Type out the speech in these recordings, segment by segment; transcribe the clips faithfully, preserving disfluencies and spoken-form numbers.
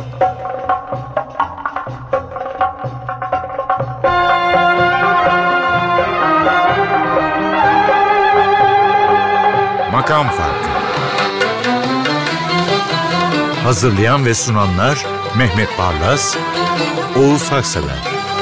Makam Farkı. Hazırlayan ve sunanlar Mehmet Barlas, Oğuz Haksever.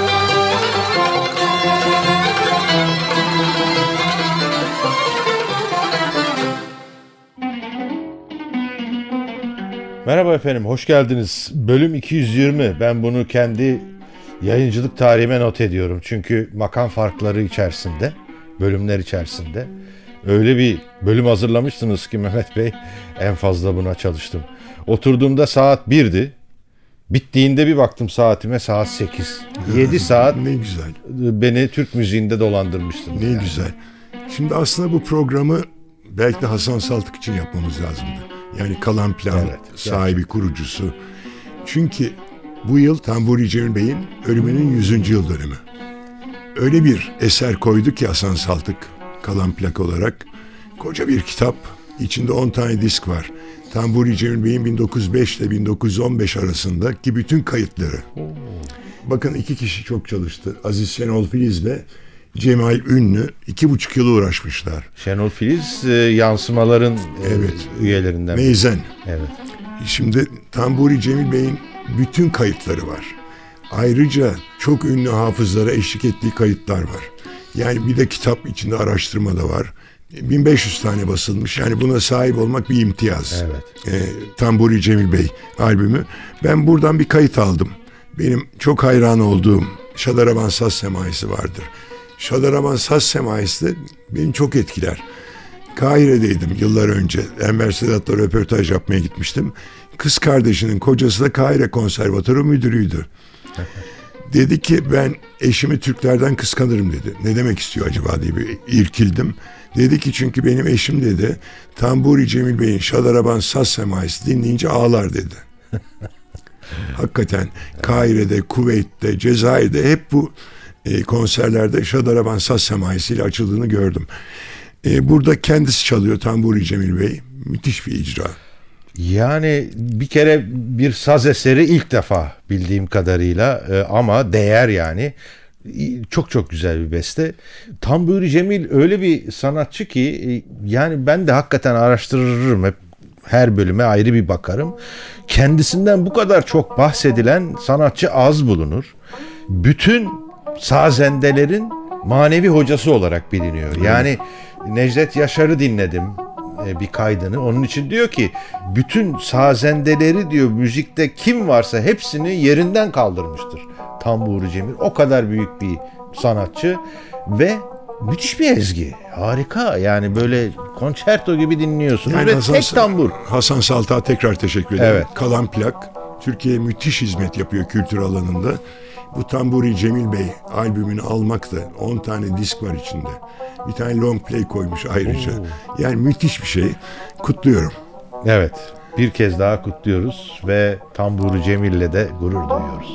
Merhaba efendim, hoş geldiniz. Bölüm iki yüz yirmi. Ben bunu kendi yayıncılık tarihime not ediyorum. Çünkü makam farkları içerisinde, bölümler içerisinde öyle bir bölüm hazırlamıştınız ki Mehmet Bey, en fazla buna çalıştım. Oturduğumda saat birdi. Bittiğinde bir baktım saatime, saat sekiz. yedi saat ne güzel. Beni Türk müziğinde dolandırmıştın. Ne yani. güzel. Şimdi aslında bu programı belki de Hasan Saltık için yapmamız lazımdı. Yani Kalan Plan Evet, sahibi, gerçekten. kurucusu. Çünkü bu yıl Tamburi Cemil Bey'in ölümünün yüzüncü yıl dönümü. Öyle bir eser koydu ki Hasan Saltık, Kalan Plak olarak. Koca bir kitap, içinde on tane disk var. Tamburi Cemil Bey'in bin dokuz yüz beş ile bin dokuz yüz on beş arasındaki bütün kayıtları. Bakın iki kişi çok çalıştı. Aziz Şenol Filiz ve Cemal Ünlü iki buçuk yıl uğraşmışlar. Şenol Filiz e, yansımaların e, Evet. üyelerinden. Meyzen. Evet. Şimdi Tamburi Cemil Bey'in bütün kayıtları var. Ayrıca çok ünlü hafızlara eşlik ettiği kayıtlar var. Yani bir de kitap içinde araştırma da var. bin beş yüz tane basılmış. Yani buna sahip olmak bir imtiyaz. Evet. Ee, Tamburi Cemil Bey albümü. Ben buradan bir kayıt aldım. Benim çok hayran olduğum Şadaraban Saz Semaisi vardır. Şadaraban Saz Semaisi de beni çok etkiler. Kahire'deydim yıllar önce. Enver Sedat'la röportaj yapmaya gitmiştim. Kız kardeşinin kocası da Kahire Konservatuarı müdürüydü. Dedi ki ben eşimi Türklerden kıskanırım dedi. Ne demek istiyor acaba diye bir irkildim. Dedi ki çünkü benim eşim dedi Tamburi Cemil Bey'in Şadaraban Saz Semaisi dinleyince ağlar dedi. Hakikaten Kahire'de, Kuveyt'te, Cezayir'de hep bu e, konserlerde Şadaraban Saz Semaisi ile açıldığını gördüm. E, burada kendisi çalıyor Tamburi Cemil Bey. Müthiş bir icra. Yani bir kere bir saz eseri ilk defa bildiğim kadarıyla e, ama değer yani. Çok çok güzel bir beste. Tamburi Cemil öyle bir sanatçı ki e, yani ben de hakikaten araştırırım hep. Her bölüme ayrı bir bakarım. Kendisinden bu kadar çok bahsedilen sanatçı az bulunur. Bütün sazendelerin manevi hocası olarak biliniyor. Yani Necdet Yaşar'ı dinledim bir kaydını. Onun için diyor ki bütün sazendeleri diyor müzikte kim varsa hepsini yerinden kaldırmıştır Tamburi Cemil. O kadar büyük bir sanatçı ve müthiş bir ezgi. Harika. Yani böyle konçerto gibi dinliyorsunuz Yani ve Hasan, tek tambur. Hasan Saltak'a tekrar teşekkür ederim. Evet. Kalan Plak Türkiye'ye müthiş hizmet yapıyor kültür alanında. Bu Tamburi Cemil Bey albümünü almak da on tane disk var içinde. Bir tane long play koymuş ayrıca. Oo. Yani müthiş bir şey. Kutluyorum. Evet. Bir kez daha kutluyoruz ve Tamburi Cemil'le de gurur duyuyoruz.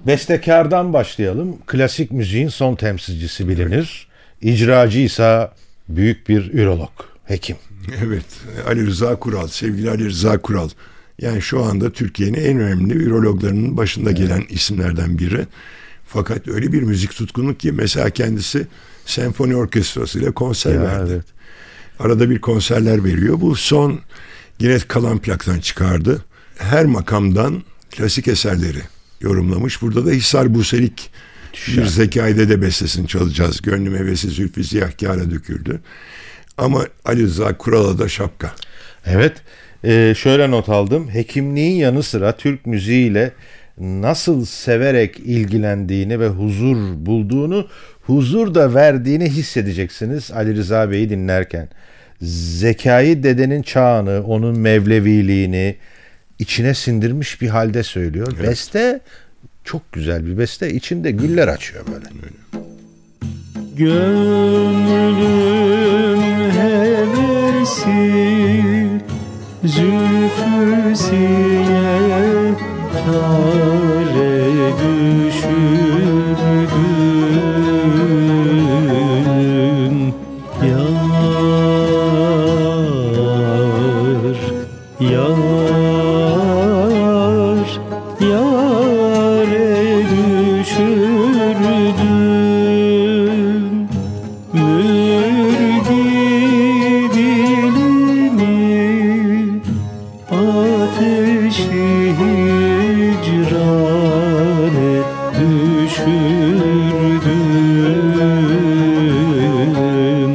Bestekardan başlayalım. Klasik müziğin son temsilcisi bilinir. İcracı ise büyük bir ürolog, hekim. Evet, Ali Rıza Kural, sevgili Ali Rıza Kural. Yani şu anda Türkiye'nin en önemli ürologlarının başında gelen isimlerden biri. Fakat öyle bir müzik tutkunu ki mesela kendisi senfoni orkestrası ile konser Ya, verdi. evet. Arada bir konserler veriyor. Bu son yine kalan plaktan çıkardı. Her makamdan klasik eserleri yorumlamış. Burada da Hisar Buselik bir Zekai Dede bestesini çalacağız. Gönlüm hevesi zülfü ziyahkâra döküldü. Ama Ali Rıza Kural'a da şapka. Evet, e, şöyle not aldım. Hekimliğin yanı sıra Türk müziğiyle nasıl severek ilgilendiğini ve huzur bulduğunu, huzur da verdiğini hissedeceksiniz Ali Rıza Bey'i dinlerken. Zekai Dede'nin çağını, onun mevleviliğini içine sindirmiş bir halde söylüyor. Evet. Beste çok güzel bir beste. İçinde güller açıyor böyle. Gönlüm hevesi zülfü siyah kâre düşürdüm. Yar, yar, yâre düşürdüm. Mürgidilimi ateşi hicrane düşürdüm.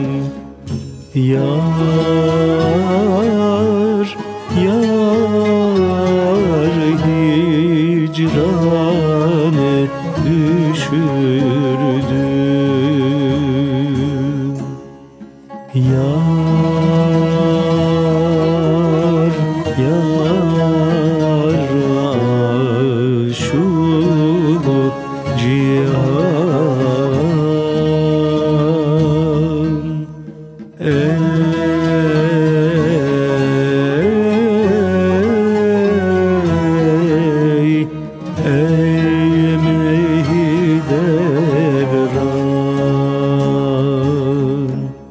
Yar, yar hicrane düşürdüm. Yar, yar aşık cihan. Ey, ey mehidevran.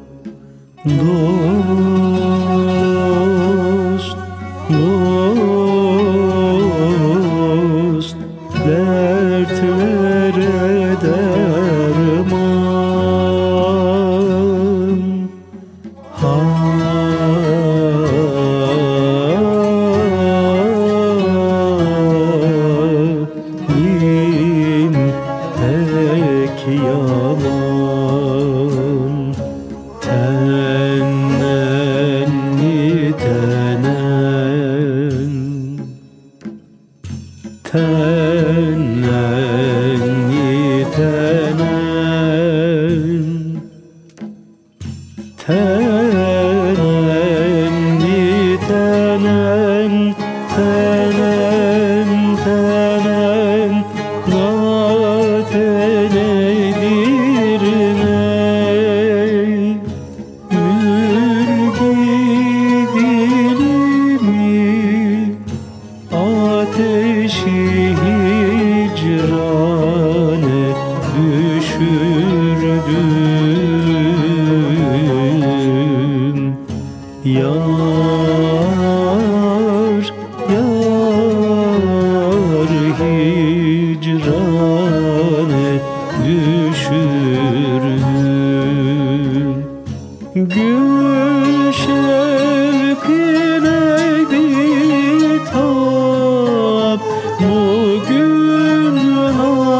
Dost, dost, dertlere derman. Halin pek yaman. Tenenni tenen, tenenni tenen, tenenni tenen, tenen, tenen, zaten edirney. Mürgidilimi ateşi hicrane düşürdüm. Yar, yar hicrane düşürdüm. Gül şevkine bitap bugün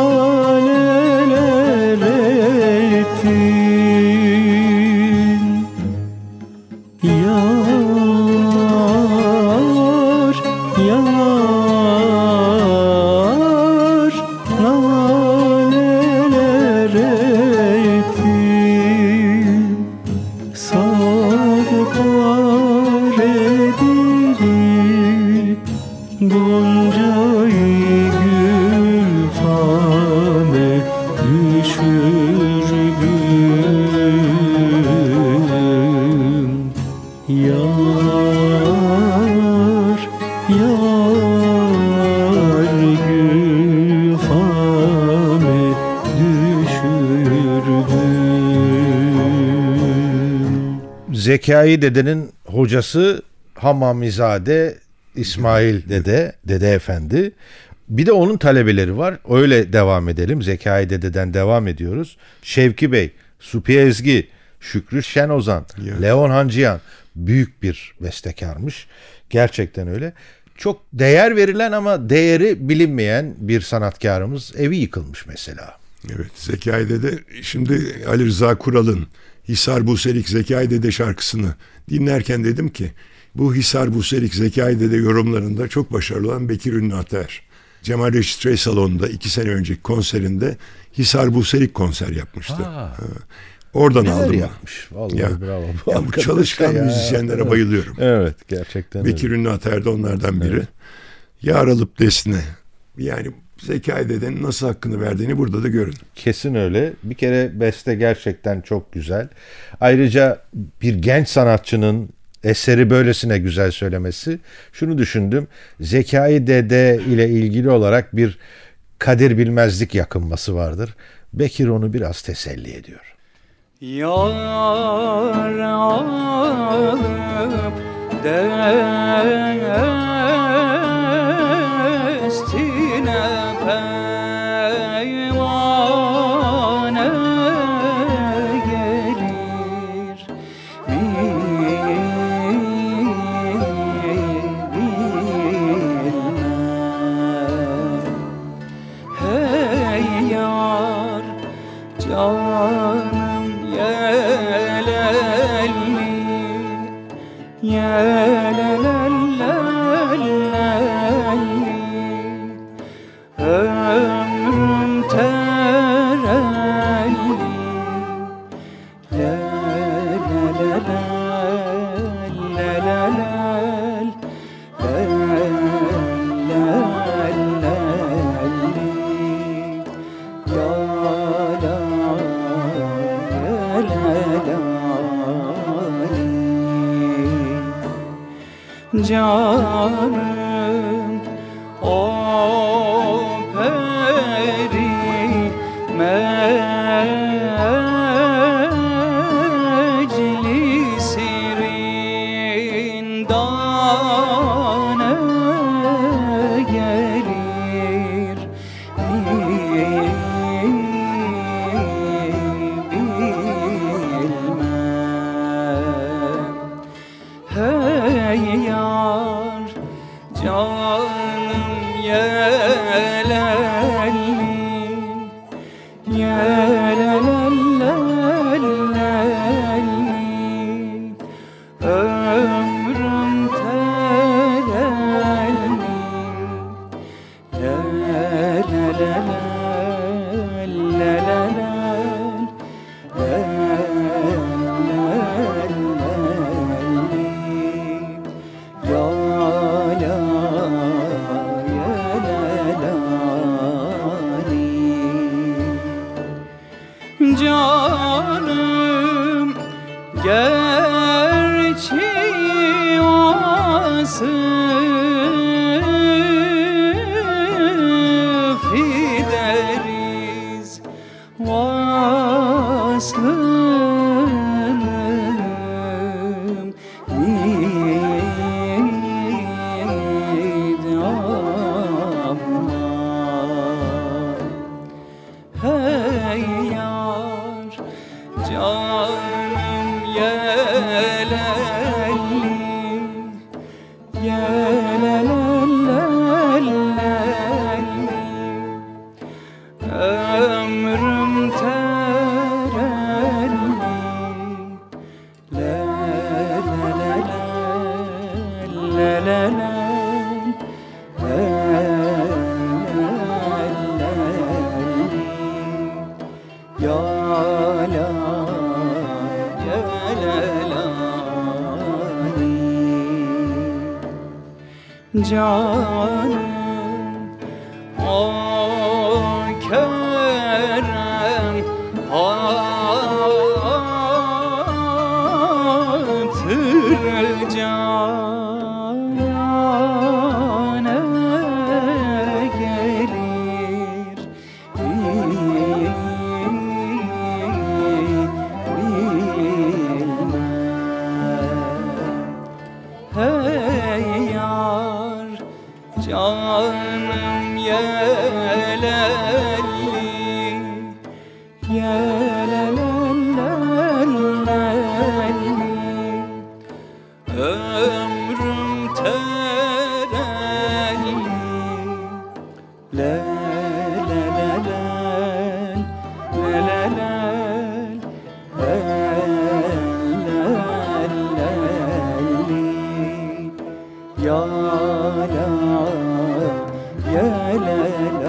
Zekai dedenin hocası Hamamizade İsmail dede, dede efendi. Bir de onun talebeleri var. Öyle devam edelim. Zekai dededen devam ediyoruz. Şevki Bey, Supi Ezgi, Şükrü Şenozan, Ya. Leon Hancıyan büyük bir bestekarmış. Gerçekten öyle. Çok değer verilen ama değeri bilinmeyen bir sanatkarımız. Evi yıkılmış mesela. Evet, Zekai Dede, şimdi Ali Rıza Kural'ın Hisar Buselik Zekai Dede şarkısını dinlerken dedim ki bu Hisar Buselik Zekai Dede yorumlarında çok başarılı olan Bekir Ünlü Ater. Cemal Reşit Rey Salonu'nda iki sene önceki konserinde Hisar Buselik konser yapmıştı. Ha. Ha. Oradan Neler aldım. yapmış. Vallahi Ya, bravo. ya bu arkadaş çalışkan ya. müzisyenlere Evet. bayılıyorum. Evet, gerçekten Bekir öyle. Ünlü Ater de onlardan biri. Evet. Yar alıp desine. Yani Zekai Dede'nin nasıl hakkını verdiğini burada da görün. Kesin öyle. Bir kere beste gerçekten çok güzel. Ayrıca bir genç sanatçının eseri böylesine güzel söylemesi. Şunu düşündüm. Zekai Dede ile ilgili olarak bir kadir bilmezlik yakınması vardır. Bekir onu biraz teselli ediyor. Yar alıp destine peymane gelir bilmem. Hey yar canım yelelli yelelelelelli ömrüm terelli lelelelelelel lelelelelelli ya la canım o peri meclisi rindane gelir bilmem. Hey yar canım yelelli yelelelelelli ömrüm terelli lelelelelelel ya la yelelali canım gerçi vasıf ederiz vaslınım idamlar. Hey yar canım yelelli yelelelelelli ömrüm terelli lelelelelelel ya la yelelali canım o kerem hatır cane gelir bilmem. Ömrüm terelli la la la la la la la ya la ya la la.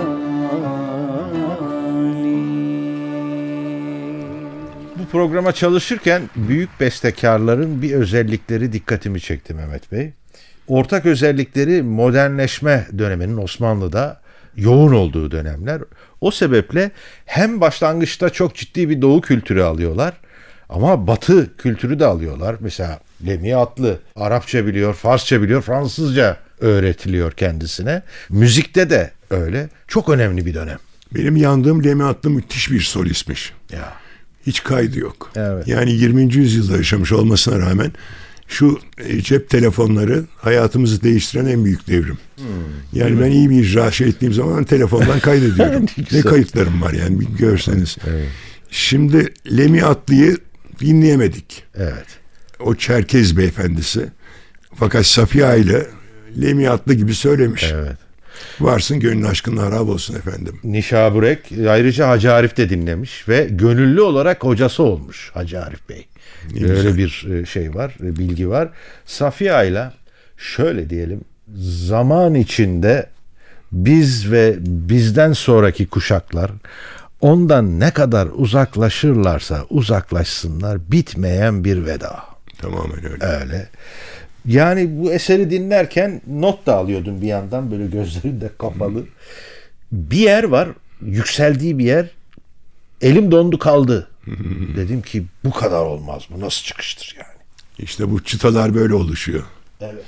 Bu programa çalışırken büyük bestekarların bir özellikleri dikkatimi çekti Mehmet Bey. Ortak özellikleri modernleşme döneminin Osmanlı'da yoğun olduğu dönemler. O sebeple hem başlangıçta çok ciddi bir doğu kültürü alıyorlar ama batı kültürü de alıyorlar. Mesela Lemi Atlı Arapça biliyor, Farsça biliyor, Fransızca öğretiliyor kendisine. Müzikte de öyle. Çok önemli bir dönem. Benim yandığım Lemi Atlı müthiş bir solistmiş. Ya. Hiç kaydı yok. Evet. Yani yirminci yüzyılda yaşamış olmasına rağmen şu e, cep telefonları hayatımızı değiştiren en büyük devrim. Hmm. Yani ben iyi bir icra şey ettiğim zaman telefondan kaydediyorum. Ne kayıtlarım var yani bir görseniz. Evet. Şimdi Lemi Atlı'yı dinleyemedik. Evet. O Çerkez beyefendisi. Fakat Safiye ile Lemi Atlı gibi söylemiş. Evet. Varsın gönlün aşkınla harap olsun efendim. Nişaburek ayrıca Hacı Arif de dinlemiş ve gönüllü olarak hocası olmuş Hacı Arif Bey. Ne Öyle güzel. bir şey var, bilgi var. Safiye ile şöyle diyelim, zaman içinde biz ve bizden sonraki kuşaklar ondan ne kadar uzaklaşırlarsa uzaklaşsınlar, bitmeyen bir veda. Tamamen öyle. Öyle. Yani bu eseri dinlerken not da alıyordum bir yandan, böyle gözlerim de kapalı. Bir yer var, yükseldiği bir yer. Elim dondu kaldı. Dedim ki bu kadar olmaz, bu nasıl çıkıştır yani. İşte bu çıtalar böyle oluşuyor. Evet.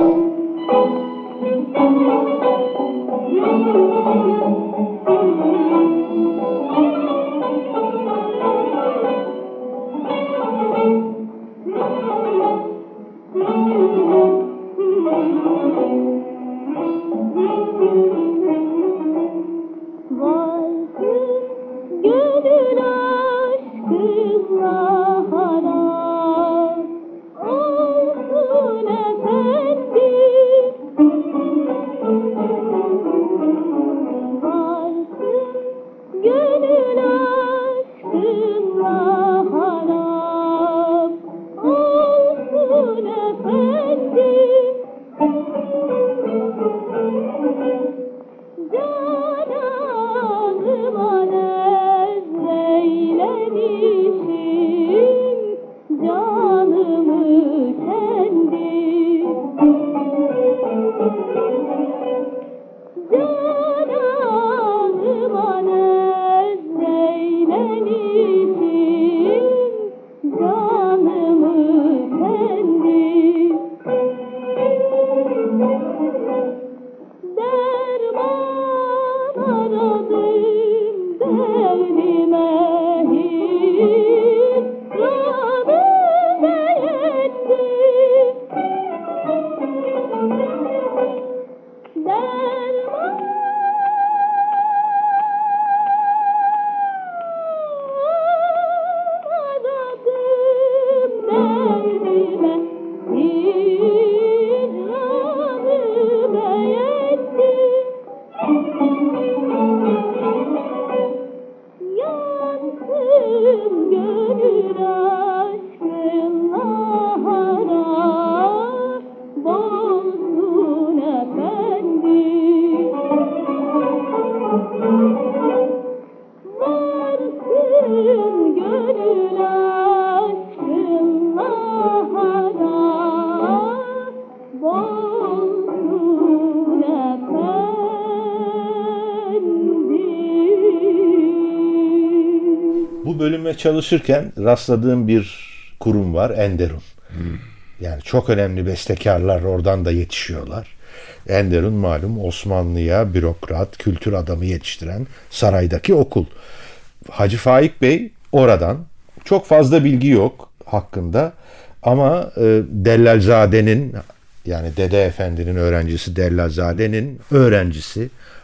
Bu bölüme çalışırken rastladığım bir kurum var, Enderun. Hmm. Yani çok önemli bestekarlar oradan da yetişiyorlar. Enderun malum Osmanlı'ya bürokrat, kültür adamı yetiştiren saraydaki okul. Hacı Faik Bey oradan. Çok fazla bilgi yok hakkında ama e, Dellalzade'nin, yani Dede Efendi'nin öğrencisi Dellalzade'nin öğrencisi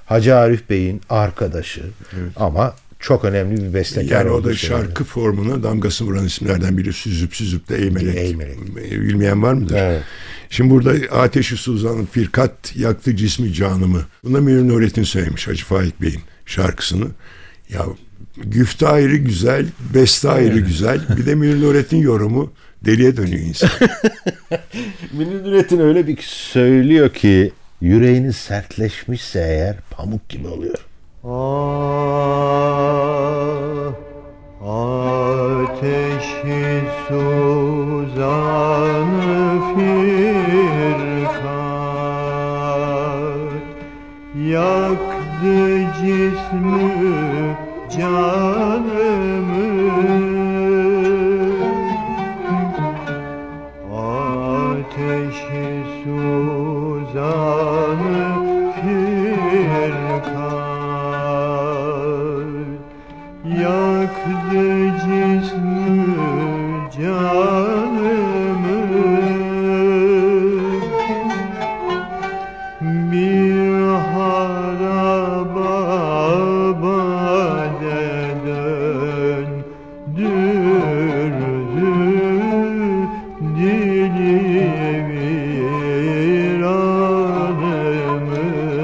Hacı Arif Bey'in arkadaşı ama çok önemli bir bestekar. Yani o olduğu da şarkı söyleniyor. formuna damgasını vuran isimlerden biri. Süzüp süzüp de eğmelek. Eğmelek. Bilmeyen var mıdır? Evet. Şimdi burada Ateşi Suzan'ın Firkat yaktı cismi canımı. Bunda Münir Nurettin söylemiş Hacı Faik Bey'in şarkısını. Ya güfte ayrı güzel, beste ayrı güzel. Bir de Münir Nurettin yorumu deliye dönüyor insan. Münir Nurettin öyle bir söylüyor ki yüreğiniz sertleşmişse eğer pamuk gibi oluyor. Ah, ateşi suzanı firkat yaktı cismi canımı. Ateşi suzanı firkat yaktı cismi canımı. Bir haraba badeden dürdü dili viranımı.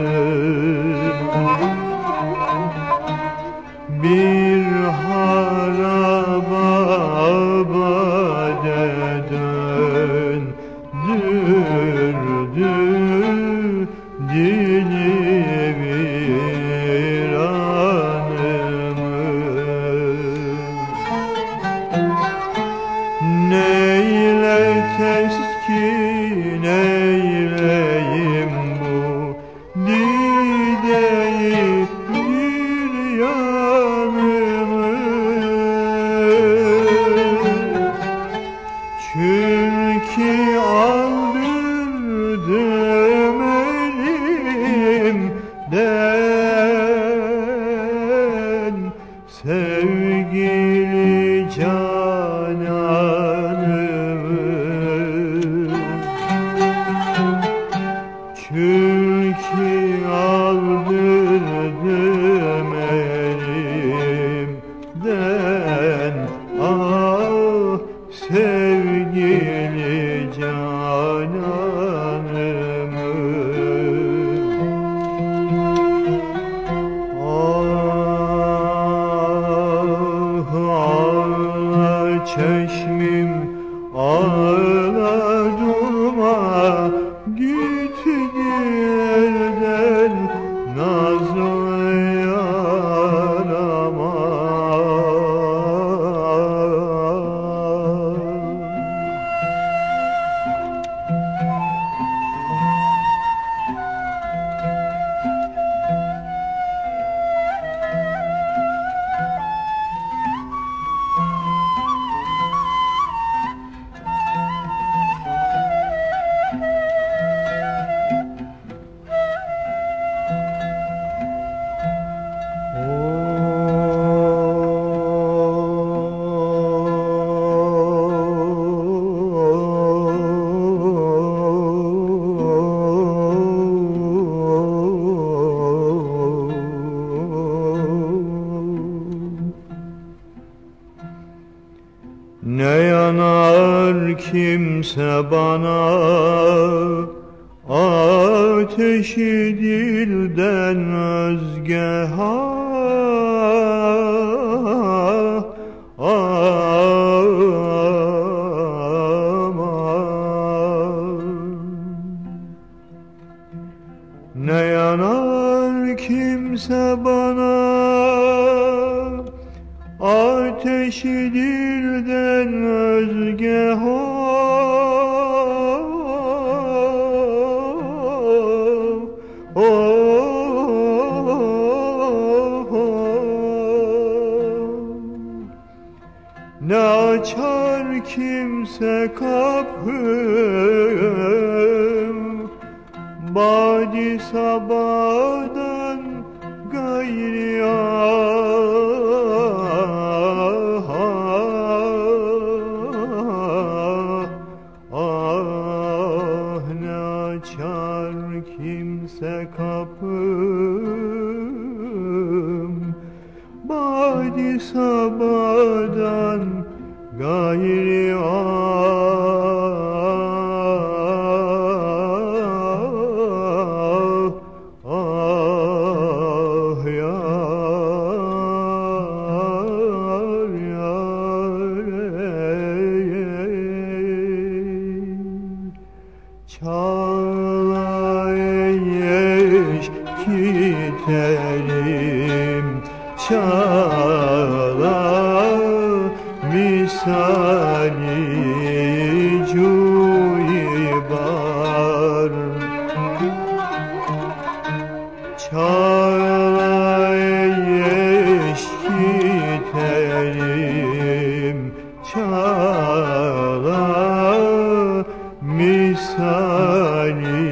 Bir haraba badeden dürdü dili viranımı. Neyle teskin eyleyim bu dideyi bir yanımı. Çünkü aldırdım elimden sevgili cananımı. Çünkü aldırdım elimden ah sevgili cananımı. Ah ağla çeşmim ağla durma git elden nazlı yarama. Ne yanar kimse bana ateşi dilden özge ha, aman. Ne yanar kimse bana ateşi dilden özge ho, oh, oh, ne açar kimse kapım badi sabahdan gayri ah, ah, ne açar kimse kapım Sabahdan gayri ah, ah yar yar ey. Çağlayış giderim çağla misali cuybar çağlayış giderim çağla misali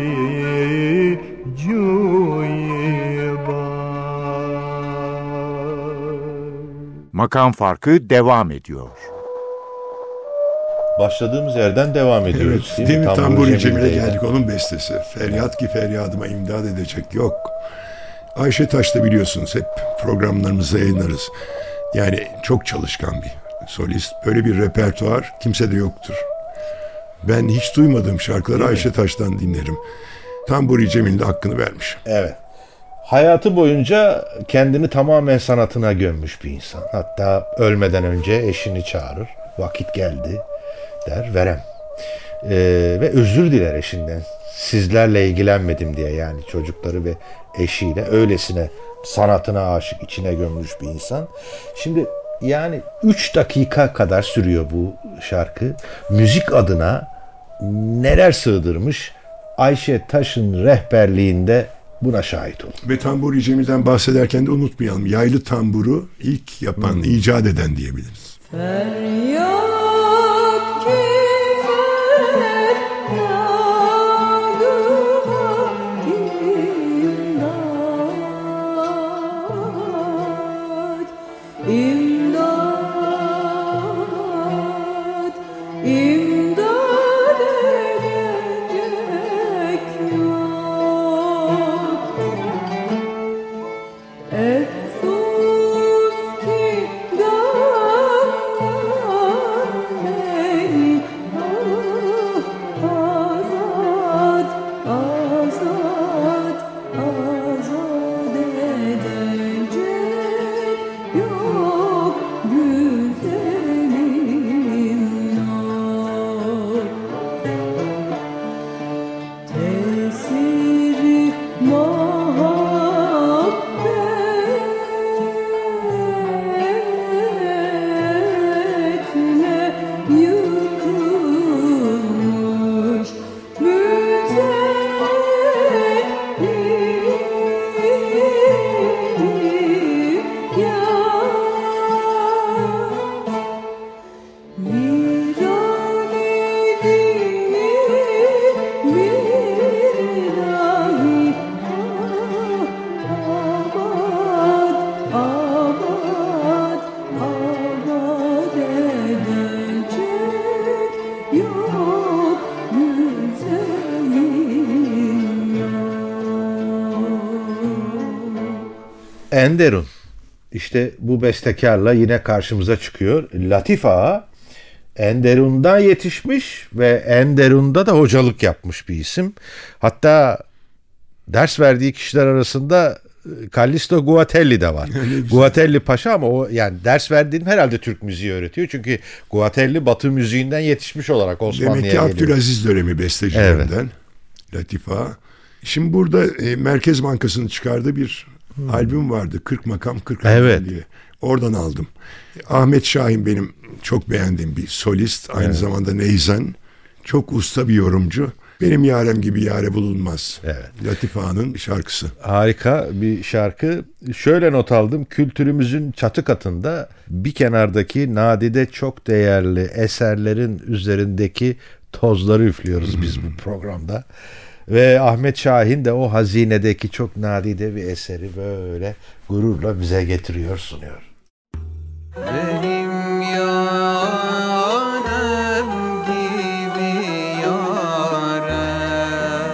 Makam Farkı devam ediyor. Başladığımız yerden devam ediyoruz. Evet, Demin Tamburi Cemil'e geldik, onun bestesi. Feryat ki feryadıma imdad edecek yok. Ayşe Taş da biliyorsunuz hep programlarımızda yayınlarız. Yani çok çalışkan bir solist. Böyle bir repertuar kimsede yoktur. Ben hiç duymadığım şarkıları Ayşe Taş'tan dinlerim. Tamburi Cemil de hakkını vermiş. Evet. Hayatı boyunca kendini tamamen sanatına gömmüş bir insan. Hatta ölmeden önce eşini çağırır. Vakit geldi der, verem. Ee, ve özür diler eşinden. Sizlerle ilgilenmedim diye, yani çocukları ve eşiyle öylesine sanatına aşık, içine gömmüş bir insan. Şimdi yani üç dakika kadar sürüyor bu şarkı. Müzik adına neler sığdırmış, Ayşe Taş'ın rehberliğinde buna şahit olun. Ve Tamburi Cemil'den bahsederken de unutmayalım. Yaylı tamburu ilk yapan, hmm. icat eden diyebiliriz. Feryat ki feryadıma imdad, imdad, imdad edecek yok. Efsus ki gamdan beni ah, azad, azad, azad edecek yok güzelim yok. Tesiri muhabbetle yıkılmış müzellim ya. Viran edilmiş bir dahi abad, abad, abad edecek yok güzelim yok. Enderun. İşte bu bestekarla yine karşımıza çıkıyor. Latif Ağa Enderun'dan yetişmiş ve Enderun'da da hocalık yapmış bir isim. Hatta ders verdiği kişiler arasında Callisto Guatelli de var. Guatelli Paşa, ama o yani ders verdiğim herhalde Türk müziği öğretiyor. Çünkü Guatelli Batı müziğinden yetişmiş olarak Osmanlı'ya Demek ki geliyor. Abdülaziz dönemi bestecilerinden. Latif Ağa. Şimdi burada e, Merkez Bankası'nın çıkardığı bir hmm. albüm vardı. kırk makam kırk Evet. albüm diye. Oradan aldım. Ahmet Şahin benim çok beğendiğim bir solist. Aynı evet. zamanda neyzen. Çok usta bir yorumcu. Benim yarem gibi yare bulunmaz. Evet. Latif Ağa'nın şarkısı. Harika bir şarkı. Şöyle not aldım. Kültürümüzün çatı katında bir kenardaki nadide çok değerli eserlerin üzerindeki tozları üflüyoruz biz bu programda. Ve Ahmet Şahin de o hazinedeki çok nadide bir eseri böyle gururla bize getiriyor, sunuyor. Benim yarem gibi yarem,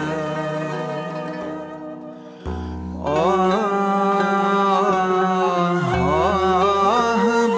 ah, ah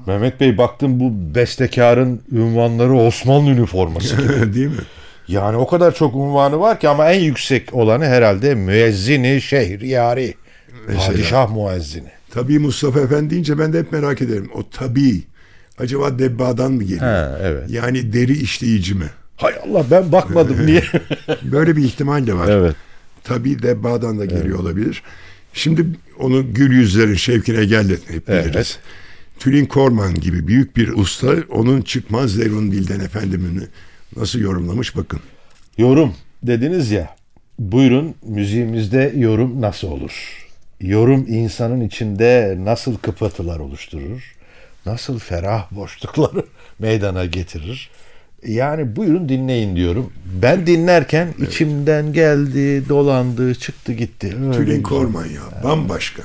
Mehmet Bey, baktım bu bestekarın ünvanları Osmanlı üniforması gibi. Değil mi? Yani o kadar çok unvanı var ki, ama en yüksek olanı herhalde müezzini şehriyari. Mesela. Padişah müezzini. Tabii Mustafa Efendi deyince ben de hep merak ederim. O tabii acaba debbadan mı geliyor? Ha, evet. Yani deri işleyici mi? Hay Allah, ben bakmadım niye? Böyle bir ihtimal de var. Evet. Tabii debbadan da geliyor olabilir. Şimdi onu gül yüzlerin şevkine geldi hep biliriz. Evet. Tülin Korman gibi büyük bir usta onun çıkmaz derun dilden efendimini nasıl yorumlamış bakın. Yorum dediniz ya. Buyurun, müziğimizde yorum nasıl olur? Yorum insanın içinde nasıl kıpırtılar oluşturur? Nasıl ferah boşlukları meydana getirir? Yani buyurun dinleyin diyorum. Ben dinlerken içimden geldi, dolandı, çıktı gitti. Öyle Tülin güzel. Korman ya bambaşka.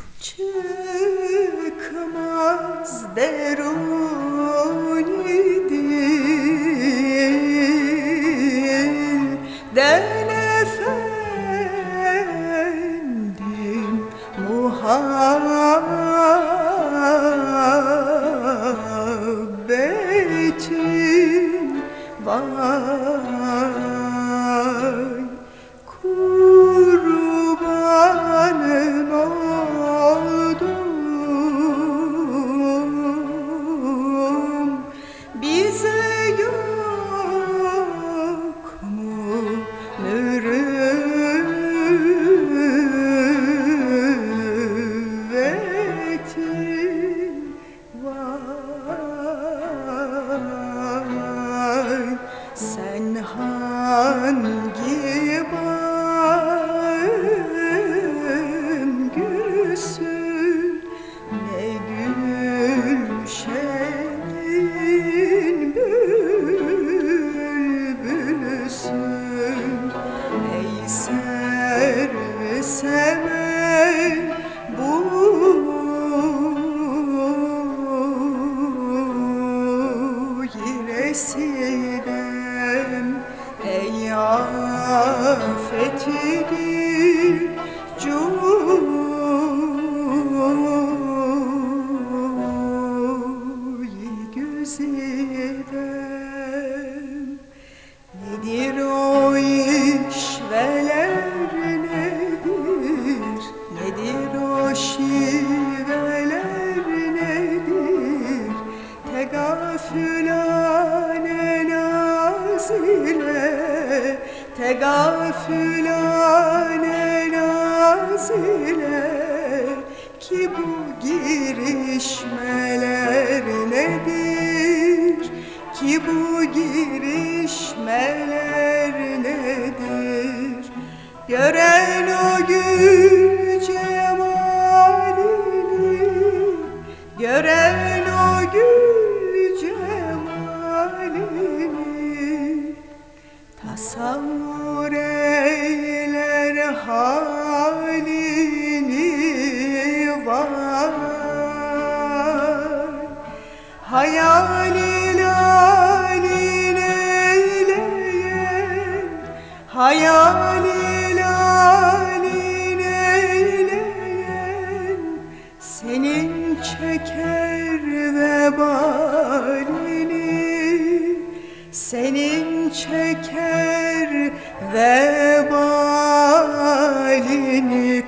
Çıkmaz derunidir efendim muhabbetin vay kurbanın oldum bize yok mu mürüvvetin vay sen hangi bağın gülsün ne gülşenin bülbülüsün ey sersemen bu yiresinden ey afetidir cuyi güziden nedir o işveler nedir nedir o şiveler nedir tegafülane nazile tegafülane nazile ki bu girişmeler nedir ki bu girişmeler nedir gören o gül cemalini gören o gül cemalini tasavvur eyler halini var hayali lalin eyleyen hayali lalin eyleyen senin çeker vebalini senin çeker vebalini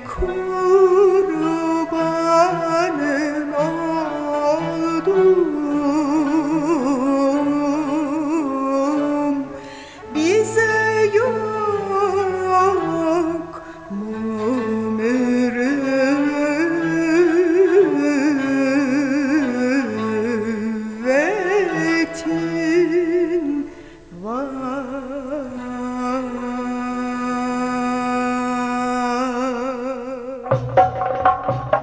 kurbanın oldum bize yok mu mürüvvetin var.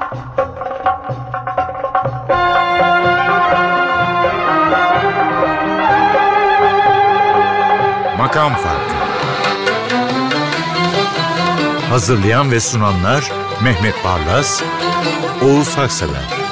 Makam Farkı. Hazırlayan ve sunanlar Mehmet Barlas, Oğuz Haksever.